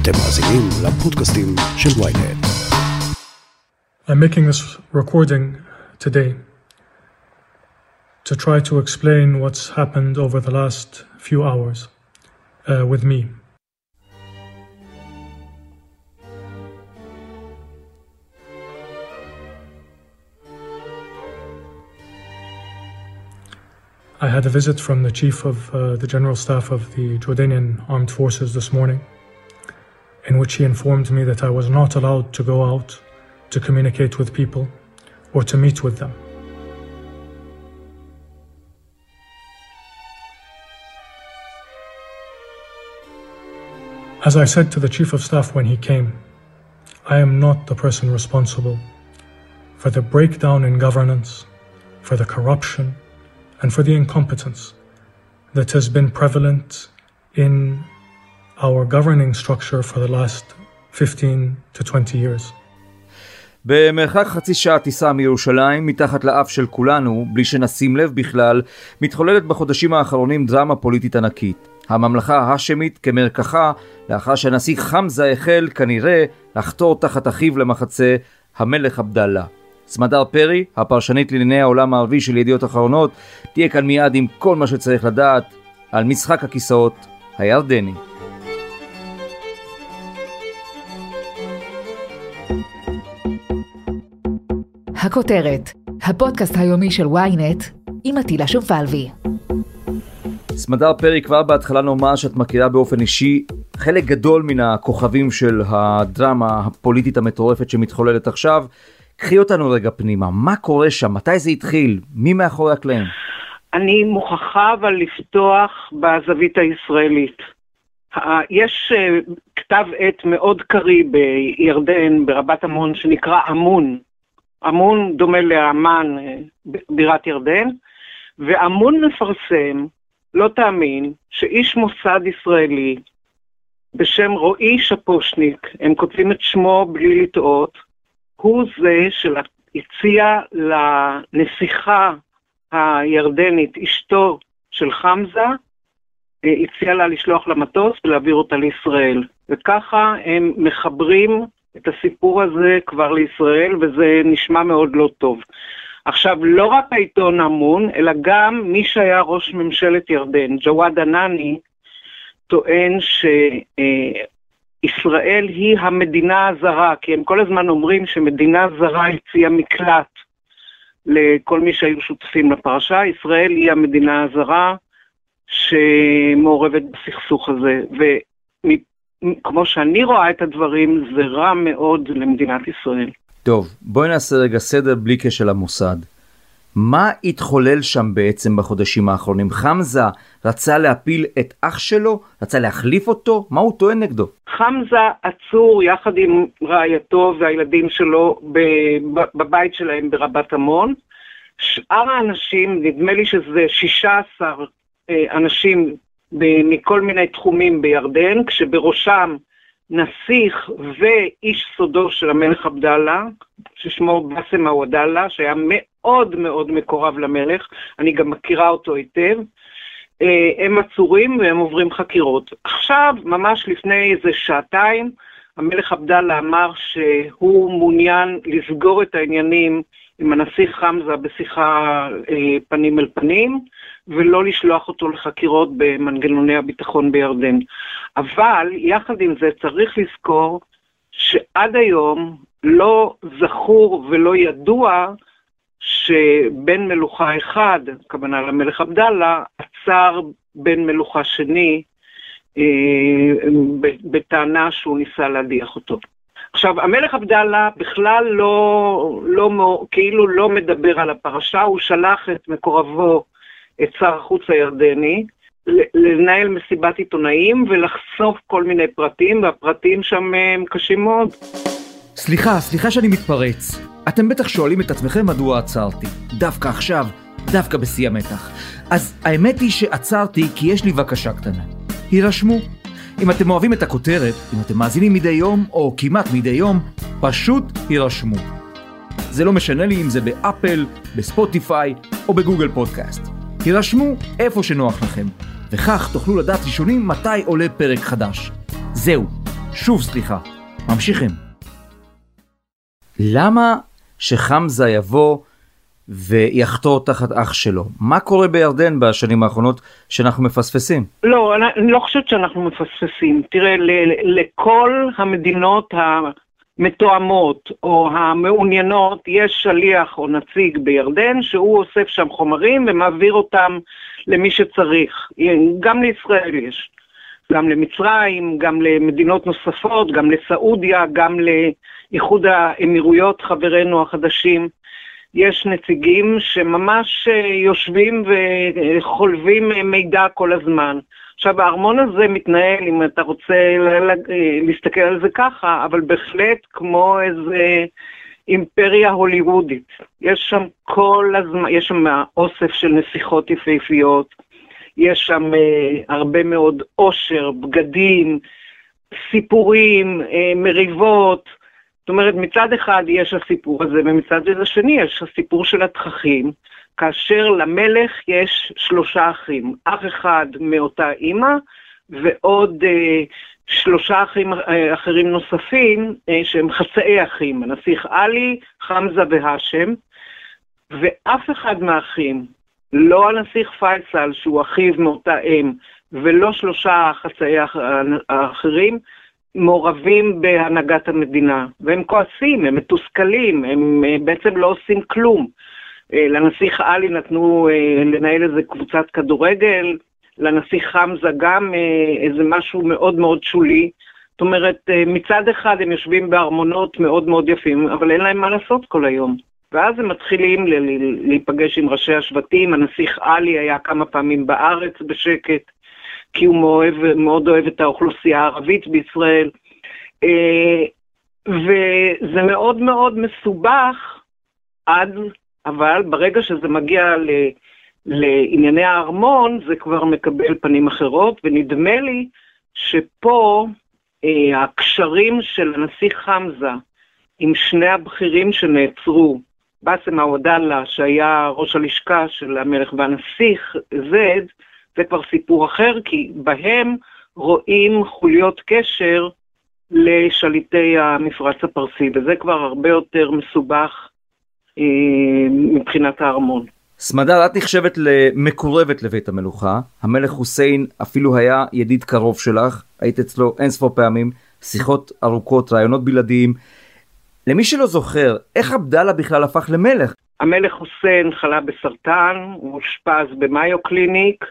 אתם מאזינים לפודקאסטים של ynet. I'm making this recording today to try to explain what's happened over the last few hours with me. I had a visit from the chief of the general staff of the Jordanian armed forces this morning, in which he informed me that I was not allowed to go out to communicate with people or to meet with them. As I said to the chief of staff when he came, I am not the person responsible for the breakdown in governance, for the corruption, and for the incompetence that has been prevalent in our governing structure for the last 15 to 20 years. במרחק חצי שעה טיסה מירושלים, מתחת לאף של כולנו, בלי שנשים לב בכלל, מתחוללת בחודשים האחרונים דרמה פוליטית ענקית. הממלכה ההשמית כמרקחה, לאחר שהנסיך חמזה החל כנראה לחתור תחת אחיו למחצה, המלך עבדאללה. סמדר פרי, הפרשנית לענייני העולם הערבי של ידיעות אחרונות, תהיה כאן מיד עם כל מה שצריך לדעת על משחק הכיסאות הירדני. הכותרת, הפודקאסט היומי של ynet עם עטילה שומפלבי. סמדר פרי, כבר בהתחלה נאמר שאת מכירה באופן אישי חלק גדול מן הכוכבים של הדרמה הפוליטית המטורפת שמתחוללת עכשיו. קחי אותנו רגע פנימה, מה קורה שם? מתי זה התחיל? מי מאחורי הקלעים? אני מוכרחה אבל לפתוח בזווית הישראלית. יש כתב עת מאוד קריא בירדן, ברבת עמון, שנקרא עמון. עמון דומה לאמן, בירת ירדן, ועמון מפרסם, לא תאמין, שאיש מוסד ישראלי בשם רועי שפושניק, הם כותבים את שמו בלי לטעות, הוא זה שהציע לנסיכה הירדנית, אשתו של חמזה, הציע לה לשלוח למטוס ולהעביר אותה לישראל. וככה הם מחברים את הסיפור הזה כבר לישראל, וזה נשמע מאוד לא טוב. עכשיו, לא רק העיתון עמון, אלא גם מי שהיה ראש ממשלת ירדן, ג'וואד ענאני, טוען ישראל היא המדינה הזרה, כי הם כל הזמן אומרים שמדינה זרה הציעה מקלט לכל מי שהיו שותפים לפרשה. ישראל היא המדינה הזרה שמעורבת בסכסוך הזה, וכמו שאני רואה את הדברים, זה רע מאוד למדינת ישראל. טוב, בואי נעשה רגע סדר בלי קשר למוסד. מה התחולל שם בעצם בחודשים האחרונים? חמזה רצה להפיל את אח שלו? רצה להחליף אותו? מה הוא טוען נגדו? חמזה עצור יחד עם רעייתו והילדים שלו בבית שלהם ברבת עמון. שאר האנשים, נדמה לי שזה 16 אנשים מכל מיני תחומים בירדן, כשבראשם נסיך ואיש סודו של המלך עבדאללה, ששמו בסם עוודאללה, שהיה מאוד מאוד מקורב למלך, אני גם מכירה אותו היטב, הם עצורים והם עוברים חקירות. עכשיו, ממש לפני איזה שעתיים, המלך עבדאללה אמר שהוא מעוניין לסגור את העניינים עם הנסיך חמזה בשיחה פנים אל פנים, ולא לשלוח אותו לחקירות במנגנוני הביטחון בירדן. אבל יחד עם זה צריך לזכור שעד היום לא זכור ולא ידוע שבן מלוכה אחד, כוונה למלך עבדאללה, עצר בן מלוכה שני בטענה שהוא ניסה להדיח אותו. עכשיו, המלך עבדאללה בכלל כאילו לא מדבר על הפרשה, הוא שלח את מקורבו, את שר החוץ הירדני, לנהל מסיבת עיתונאים ולחשוף כל מיני פרטים, והפרטים שם הם קשים מאוד. סליחה שאני מתפרץ. אתם בטח שואלים את עצמכם מדוע עצרתי. דווקא עכשיו, דווקא בשיא המתח. אז האמת היא שעצרתי כי יש לי בקשה קטנה. הירשמו. אם אתם אוהבים את הכותרת, אם אתם מאזינים מדי יום או כמעט מדי יום, פשוט הירשמו. זה לא משנה לי אם זה באפל, בספוטיפיי או בגוגל פודקאסט. הירשמו איפה שנוח לכם, וכך תוכלו לדעת ראשונים מתי עולה פרק חדש. זהו, ממשיכים. למה שחמזה יבוא ויחתור תחת אח שלו? מה קורה בירדן בשנים האחרונות שאנחנו מפספסים? לא, אני לא חושבת שאנחנו מפספסים. תראה, לכל המדינות המתואמות או המעוניינות יש שליח או נציג בירדן שהוא אוסף שם חומרים ומעביר אותם למי שצריך. גם לישראל יש. גם למצרים, גם למדינות נוספות, גם לסעודיה, גם לאיחוד האמירויות, חברינו החדשים. יש נציגים שממש יושבים וחולבים מידע כל הזמן. עכשיו, הארמון הזה מתנהל, אם אתה רוצה להסתכל על זה ככה, אבל בהחלט כמו איזה אימפריה הוליוודית. יש שם כל הזמן, יש שם אוסף של נסיכות יפהפיות, יש שם הרבה מאוד עושר, בגדים, סיפורים, מריבות. זאת אומרת, מצד אחד יש הסיפור הזה, ומצד השני יש הסיפור של התככים, כאשר למלך יש 3 אחים, אח אחד מאותה אמא, ועוד 3 אחים אחרים נוספים, שהם חצאי אחים, הנסיך עלי, חמזה והשם, ואף אחד מהאחים, לא הנסיך פייסל, שהוא אחיו מאותה אם, ולא 3 חצאי האחרים, מעורבים בהנהגת המדינה, והם כועסים, הם מתוסכלים, הם בעצם לא עושים כלום. לנסיך עלי נתנו לנהל איזה קבוצת כדורגל, לנסיך חמזה גם איזה משהו מאוד מאוד שולי. זאת אומרת, מצד אחד הם יושבים בארמונות מאוד מאוד יפים, אבל אין להם מה לעשות כל היום. ואז הם מתחילים להיפגש עם ראשי השבטים. הנסיך עלי היה כמה פעמים בארץ בשקט, כי הוא מאוד אוהב את האוכלוסייה הערבית בישראל, וזה מאוד מאוד מסובך אבל ברגע שזה מגיע לענייני הארמון, זה כבר מקבל פנים אחרות, ונדמה לי שפה הקשרים של הנסיך חמזה עם 2 הבכירים שנעצרו, באסם עוודאללה שהיה ראש הלשכה של המלך, והנסיך זד, זה כבר סיפור אחר, כי בהם רואים חוליות קשר לשליטי המפרץ הפרסי, וזה כבר הרבה יותר מסובך מבחינת הארמון. סמדר, את נחשבת למקורבת לבית המלוכה, המלך חוסיין אפילו היה ידיד קרוב שלך, היית אצלו אינספור פעמים, שיחות ארוכות, רעיונות בלעדיים. למי שלא זוכר, איך עבדאללה בכלל הפך למלך? המלך חוסיין חלה בסרטן, הוא אושפז במאיו קליניק,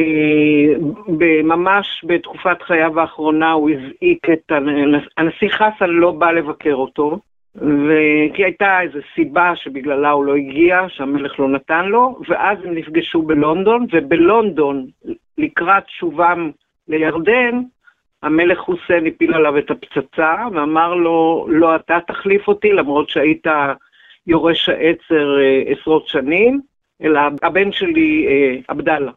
ממש בתקופת חייו האחרונה הוא הזעיק את הנסיך חסן, לא בא לבקר אותו, כי הייתה איזו סיבה שבגללה הוא לא הגיע, שהמלך לא נתן לו, ואז הם נפגשו בלונדון, ובלונדון לקראת שובם לירדן, המלך חוסיין הפיל עליו את הפצצה, ואמר לו, לא אתה תחליף אותי, למרות שהיית יורש העצר 10 שנים, אלא הבן שלי עבדאללה.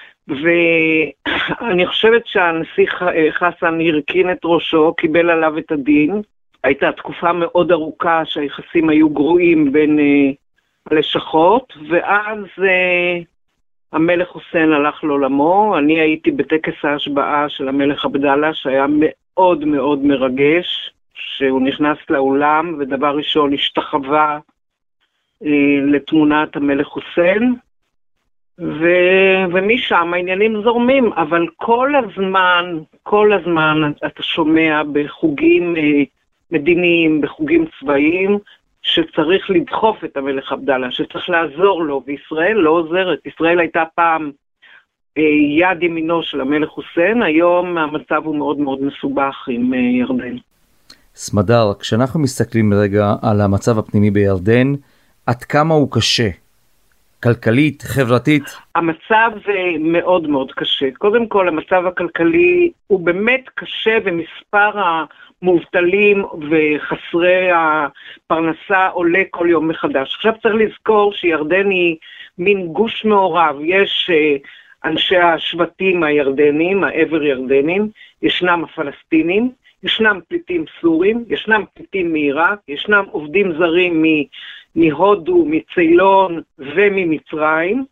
ואני חושבת שהנסיך חסן הרכין את ראשו, קיבל עליו את הדין. הייתה תקופה מאוד ארוכה שהיחסים היו גרועים בין הלשכות, ואז המלך חוסיין הלך לעולמו. אני הייתי בטקס ההשבעה של המלך עבדאללה, שהיה מאוד מאוד מרגש, שהוא נכנס לאולם ודבר ראשון השתחווה לתמונת המלך חוסיין, ומשם העניינים זורמים, אבל כל הזמן אתה שומע בחוגים מדיניים, בחוגים צבאיים, שצריך לדחוף את המלך עבדאללה, שצריך לעזור לו, וישראל לא עוזרת. ישראל הייתה פעם יד ימינו של המלך חוסיין, היום המצב הוא מאוד מאוד מסובך עם ירדן. סמדר, כשאנחנו מסתכלים רגע על המצב הפנימי בירדן, עד כמה הוא קשה? כלכלית, חברתית? המצב מאוד מאוד קשה. קודם כל, המצב הכלכלי הוא באמת קשה, ומספר המובטלים וחסרי הפרנסה עולה כל יום מחדש. עכשיו צריך לזכור שירדן היא מין גוש מעורב. יש אנשי השבטים הירדנים, העבר ירדנים, ישנם הפלסטינים, ישנם פליטים סורים, ישנם פליטים מעיראק, ישנם עובדים זרים מהודו, מצילון וממצרים,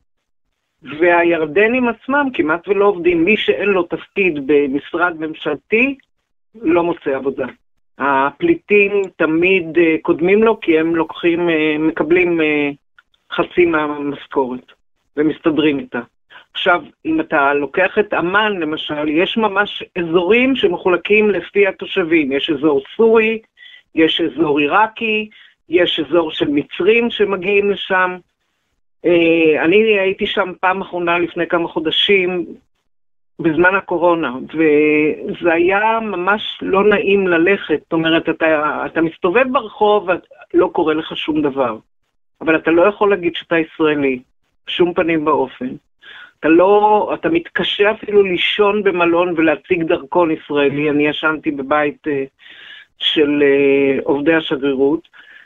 והירדנים עצמם כמעט ולא עובדים. מי שאין לו תפקיד במשרד ממשלתי, לא מוצא עבודה. הפליטים תמיד קודמים לו, כי הם מקבלים חצי מהמשכורת, ומסתדרים איתה. עכשיו, אם אתה לוקח את אמן, למשל, יש ממש אזורים שמחולקים לפי התושבים. יש אזור סורי, יש אזור עיראקי, יש אזור של מצרים שמגיעים לשם. אני הייתי שם פעם אחרונה לפני כמה חודשים, בזמן הקורונה, וזה היה ממש לא נעים ללכת. זאת אומרת, אתה מסתובב ברחוב, לא קורה לך שום דבר. אבל אתה לא יכול להגיד שאתה ישראלי, שום פנים באופן. אתה מתקשה אפילו לישון במלון ולהציג דרכון ישראלי. אני ישנתי בבית של עובדי השגרירות,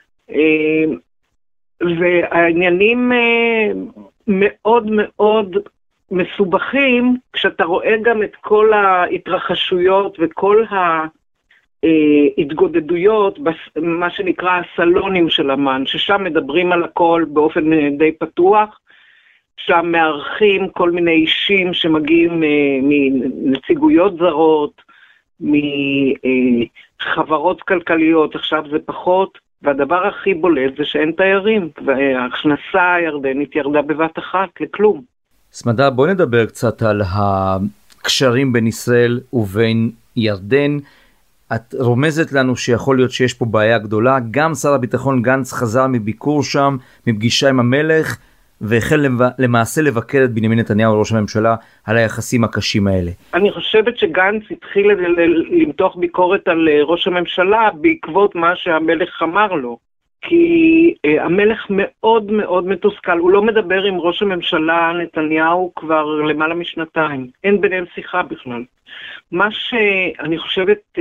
והעניינים מאוד מאוד מסובכים, כשאתה רואה גם את כל ההתרחשויות וכל ההתגודדויות, מה שנקרא הסלונים של אמן, ששם מדברים על הכל באופן די פתוח, שם מארחים כל מיני אישים שמגיעים מנציגויות זרות, מחברות כלכליות, עכשיו זה פחות, והדבר הכי בולט זה שאין תיירים, וההכנסה הירדנית ירדה בבת אחת לכלום. סמדה, בוא נדבר קצת על הקשרים בין ישראל ובין ירדן. את רומזת לנו שיכול להיות שיש פה בעיה גדולה, גם שר הביטחון גנץ חזר מביקור שם, מפגישה עם המלך, והחל למעשה לבקר את בנימין נתניהו ראש הממשלה על היחסים הקשים האלה. אני חושבת שגנץ התחיל למתוח ביקורת על ראש הממשלה בעקבות מה שהמלך אמר לו, כי המלך מאוד מאוד מתוסכל, הוא לא מדבר עם ראש הממשלה נתניהו כבר למעלה משנתיים, אין ביניהם שיחה בכלל. מה שאני חושבת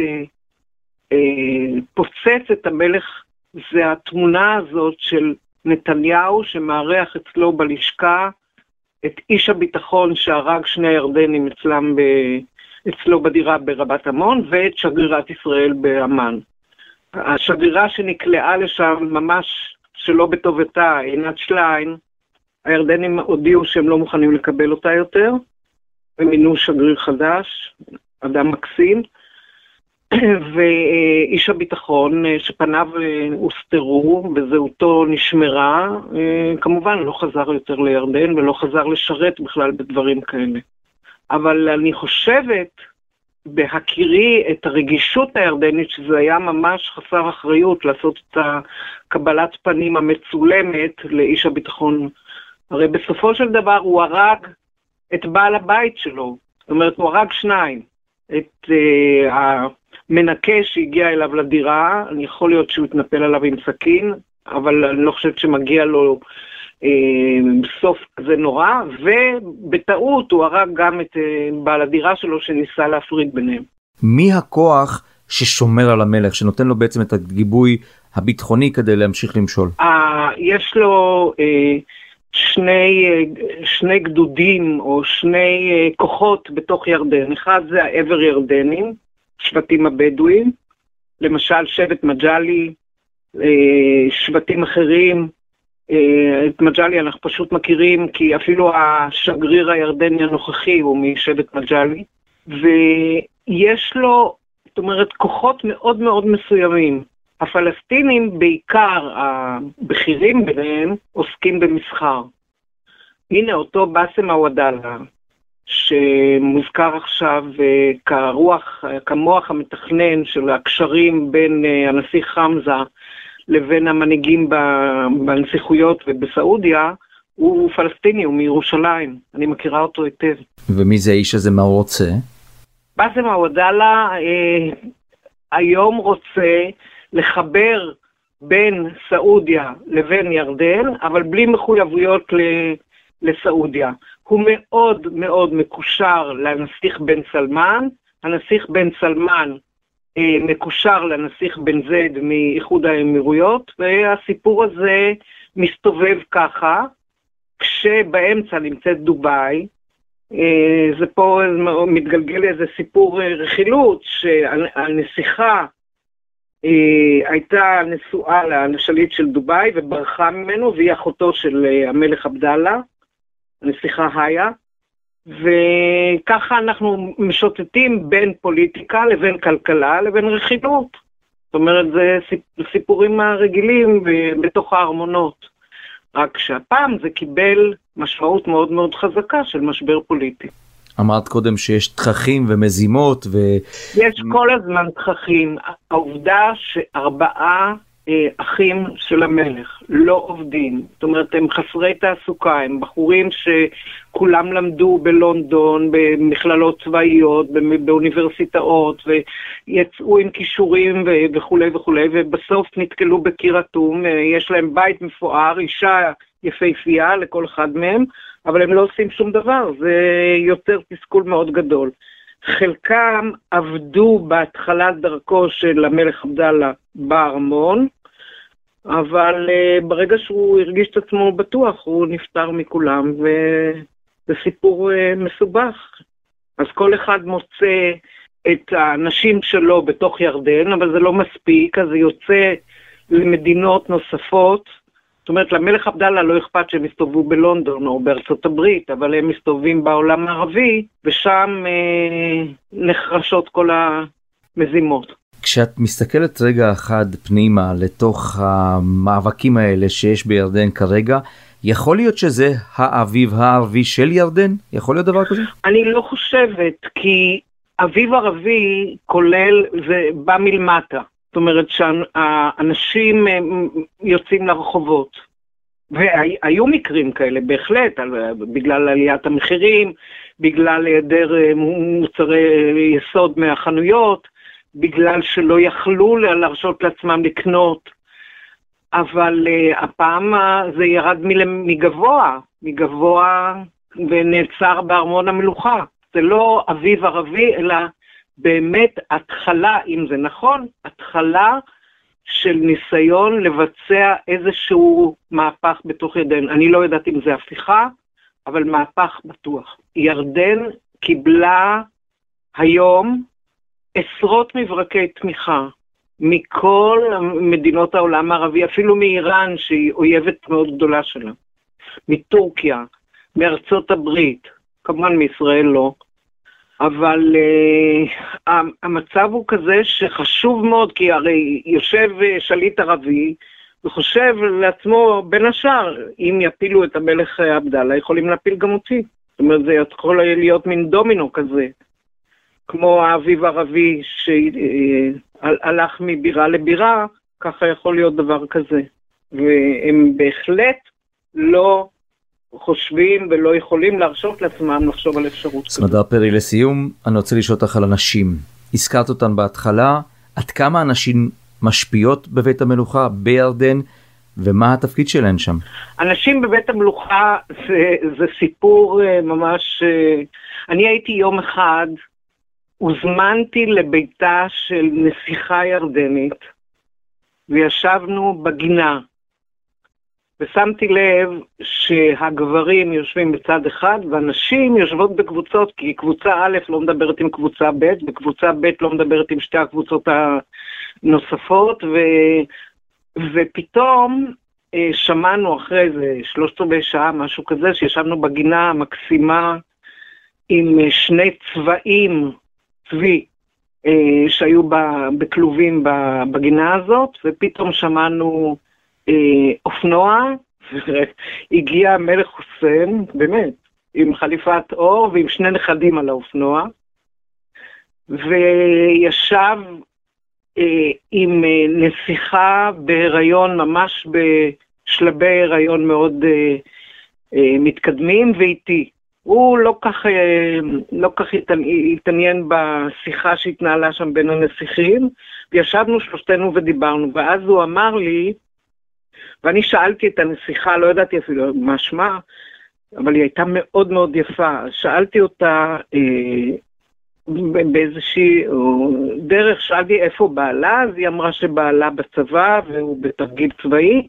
פוצץ את המלך זה התמונה הזאת של נתניהו שמארח אצלו בלשכה את איש הביטחון שהרג שני ירדנים אצלו בדירה ברבת עמון, ואת שגרירת ישראל באמן. השגרירה שנקלעה לשם ממש שלא בטובתה, עינת שליין, הירדנים הודיעו שהם לא מוכנים לקבל אותה יותר, ומינו שגריר חדש, אדם מקסים, ואיש הביטחון שפניו הוסתרו וזהותו נשמרה, כמובן לא חזר יותר לירדן ולא חזר לשרת בכלל בדברים כאלה. אבל אני חושבת, בהכירי את הרגישות הירדנית, שזה היה ממש חסר אחריות לעשות את הקבלת פנים המצולמת לאיש הביטחון. הרי בסופו של דבר הוא הרג את בעל הבית שלו, זאת אומרת הוא הרג שניים, את המנקה שהגיע אליו לדירה, אני יכול להיות שהוא התנפל עליו עם סכין, אבל אני לא חושבת שמגיע לו סוף כזה נורא, ובטעות הוא הרג גם את בעל הדירה שלו שניסה להפריד ביניהם. מי הכוח ששומר על המלך, שנותן לו בעצם את הגיבוי הביטחוני כדי להמשיך למשול? יש לו שני גדודים או שני כוחות בתוך ירדן. אחד זה העבר ירדנים, שבטים הבדואים, למשל שבט מג'לי, שבטים אחרים. את מג'לי אנחנו פשוט מכירים, כי אפילו השגריר הירדני הנוכחי הוא משבט מג'לי, ויש לו, זאת אומרת, כוחות מאוד מאוד מסוימים. הפלסטינים, בעיקר הבכירים ביניהם, עוסקים במסחר. הנה אותו באסם הוודאלה, שמוזכר עכשיו כמוח המתכנן של הקשרים בין הנסיך חמזה לבין המנהיגים בנסיכויות ובסעודיה, הוא פלסטיני, הוא מירושלים. אני מכירה אותו היטב. ומי זה האיש הזה, מה הוא רוצה? באסם הוודאלה היום רוצה לחבר בין סעודיה לבין ירדן, אבל בלי מחויבויות לסעודיה. הוא מאוד מאוד מקושר לנסיך בן סלמן, הנסיך בן סלמן מקושר לנסיך בן זייד מאיחוד האמירויות, והסיפור הזה מסתובב ככה, כשבאמצע נמצאת דובאי, זה פה מתגלגל איזה סיפור רכילות, שהנסיכה הייתה נשואה לשליט של דובאי וברחה ממנו, והיא אחותו של המלך עבדאללה, הנסיכה היה, וככה אנחנו משוטטים בין פוליטיקה לבין כלכלה לבין רכילות. זאת אומרת, זה סיפורים הרגילים בתוך הארמונות. רק שהפעם זה קיבל משמעות מאוד מאוד חזקה של משבר פוליטי. אמרת קודם שיש תככים ומזימות יש כל הזמן תככים. העובדה שארבעה אחים של המלך לא עובדים, זאת אומרת הם חסרי תעסוקה, הם בחורים שכולם למדו בלונדון, במכללות צבאיות, באוניברסיטאות, ויצאו עם כישורים וכו' וכו', ובסוף נתקלו בקיר אטום, יש להם בית מפואר, אישה יפהפייה לכל אחד מהם, אבל הם לא עושים שום דבר, זה יוצר תסכול מאוד גדול. חלקם עבדו בהתחלת דרכו של המלך עבדאללה בארמון, אבל ברגע שהוא הרגיש את עצמו בטוח, הוא נפטר מכולם, וזה סיפור מסובך. אז כל אחד מוצא את האנשים שלו בתוך ירדן, אבל זה לא מספיק, אז זה יוצא למדינות נוספות. זאת אומרת, למלך עבדאללה לא אכפת שהם מסתובבו בלונדון או בארצות הברית, אבל הם מסתובבים בעולם הערבי, ושם נחרשות כל המזימות. כשאת מסתכלת רגע אחד פנימה לתוך המאבקים האלה שיש בירדן כרגע, יכול להיות שזה האביב הערבי של ירדן? יכול להיות דבר כזה? אני לא חושבת, כי אביב ערבי כולל, זה בא מלמטה. זאת אומרת שהאנשים יוצאים לרחובות, והיו מקרים כאלה בהחלט, בגלל עליית המחירים, בגלל היעדר מוצרי יסוד מהחנויות, בגלל שלא יכלו להרשות לעצמם לקנות, אבל הפעם זה ירד מגבוה ונעצר בארמון המלוכה. זה לא אביב ערבי, אלא באמת התחלה, אם זה נכון, התחלה של ניסיון לבצע איזשהו מהפך בתוך ירדן. אני לא יודעת אם זה הפיכה, אבל מהפך בטוח. ירדן קיבלה היום עשרות מברקי תמיכה מכל מדינות העולם הערבי, אפילו מאיראן שהיא אויבת מאוד גדולה שלה, מטורקיה, מארצות הברית, כמובן מישראל לא, אבל המצב הוא כזה שחשוב מאוד, כי הרי יושב שליט ערבי וחושב לעצמו בין השאר, אם יפילו את המלך עבדאללה, יכולים להפיל גם אותי. זאת אומרת, זה יכול להיות מין דומינו כזה, כמו האביב הערבי שהלך מבירה לבירה, ככה יכול להיות דבר כזה. והם בהחלט לא חושבים ולא יכולים להרשות לעצמם לחשוב על אפשרות. סמדר פרי, לסיום, אני רוצה לשאול אותך על אנשים. הזכרת אותן בהתחלה, עד כמה אנשים משפיעות בבית המלוכה בירדן, ומה התפקיד שלהן שם? אנשים בבית המלוכה זה סיפור ממש... אני הייתי יום אחד, הוזמנתי לביתה של נסיכה ירדנית, וישבנו בגינה, ושמתי לב שהגברים יושבים בצד אחד, והנשים יושבות בקבוצות, כי קבוצה א' לא מדברת עם קבוצה ב', וקבוצה ב' לא מדברת עם שתי הקבוצות הנוספות, ופתאום שמענו אחרי זה 3/4 שעה, משהו כזה, שישבנו בגינה המקסימה עם שני צבי שהיו בכלובים בגינה הזאת, ופתאום שמענו אופנוע, והגיע המלך חוסיין, באמת, עם חליפת אור ועם שני נכדים על האופנוע, וישב עם נסיכה בהיריון, ממש בשלבי הריון מאוד מתקדמים, ואיתי. הוא לא כך התעניין בשיחה שהתנהלה שם בין הנסיכים, וישבנו שלושתנו ודיברנו, ואז הוא אמר לי, ואני שאלתי את הנסיכה, לא ידעתי אפילו מה שמה, אבל היא הייתה מאוד מאוד יפה, שאלתי אותה באיזושהי דרך, שאלתי איפה בעלה, אז היא אמרה שבעלה בצבא והוא בתרגיל צבאי,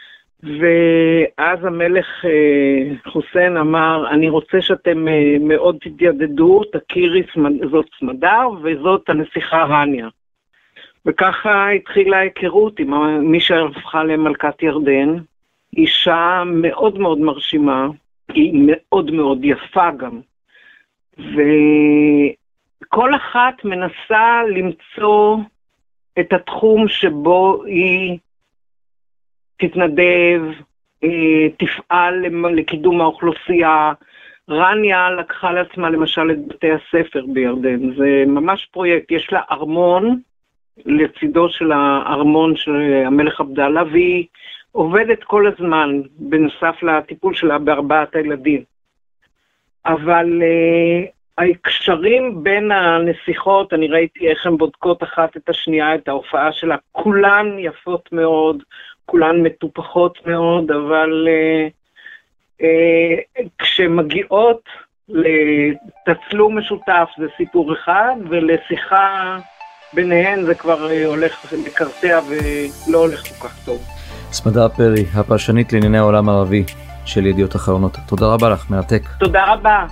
ואז המלך חוסיין אמר, אני רוצה שאתם מאוד תתיידדו, תכירי, זאת סמדר וזאת הנסיכה רניה. וככה התחילה ההיכרות עם מי שהפכה למלכת ירדן, אישה מאוד מאוד מרשימה, היא מאוד מאוד יפה גם, וכל אחת מנסה למצוא את התחום שבו היא תתנדב, תפעל לקידום האוכלוסייה. רניה לקחה לעצמה למשל את בתי הספר בירדן, זה ממש פרויקט, יש לה ארמון לצידו של הארמון של המלך עבדאללה, והיא עובדת כל הזמן בנוסף לטיפול שלה בארבעת הילדים. אבל הקשרים בין הנסיכות, אני ראיתי איך הן בודקות אחת את השנייה, את ההופעה שלה, כולן יפות מאוד, כולן מטופחות מאוד, אבל כשמגיעות לתצלום משותף זה סיפור אחד, ולשיחה ביניהן זה כבר הולך לקרטע ולא הולך כל כך טוב. סמדר פרי, הפרשנית לענייני העולם הערבי של ידיעות אחרונות. תודה רבה לך, מרתק. תודה רבה.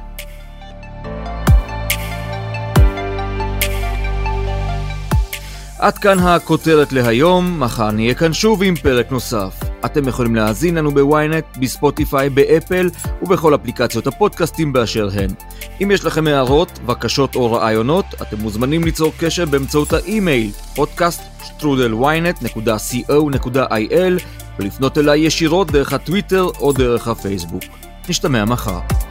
עד כאן הכותרת להיום, מחר נהיה כאן שוב עם פרק נוסף. אתם יכולים להאזין לנו בוויינט, בספוטיפיי, באפל ובכל אפליקציות הפודקאסטים באשר הן. אם יש לכם הערות, בקשות או רעיונות, אתם מוזמנים ליצור קשר באמצעות האימייל podcast@ynet.co.il ולפנות אליי ישירות דרך הטוויטר או דרך הפייסבוק. נשתמע מחר.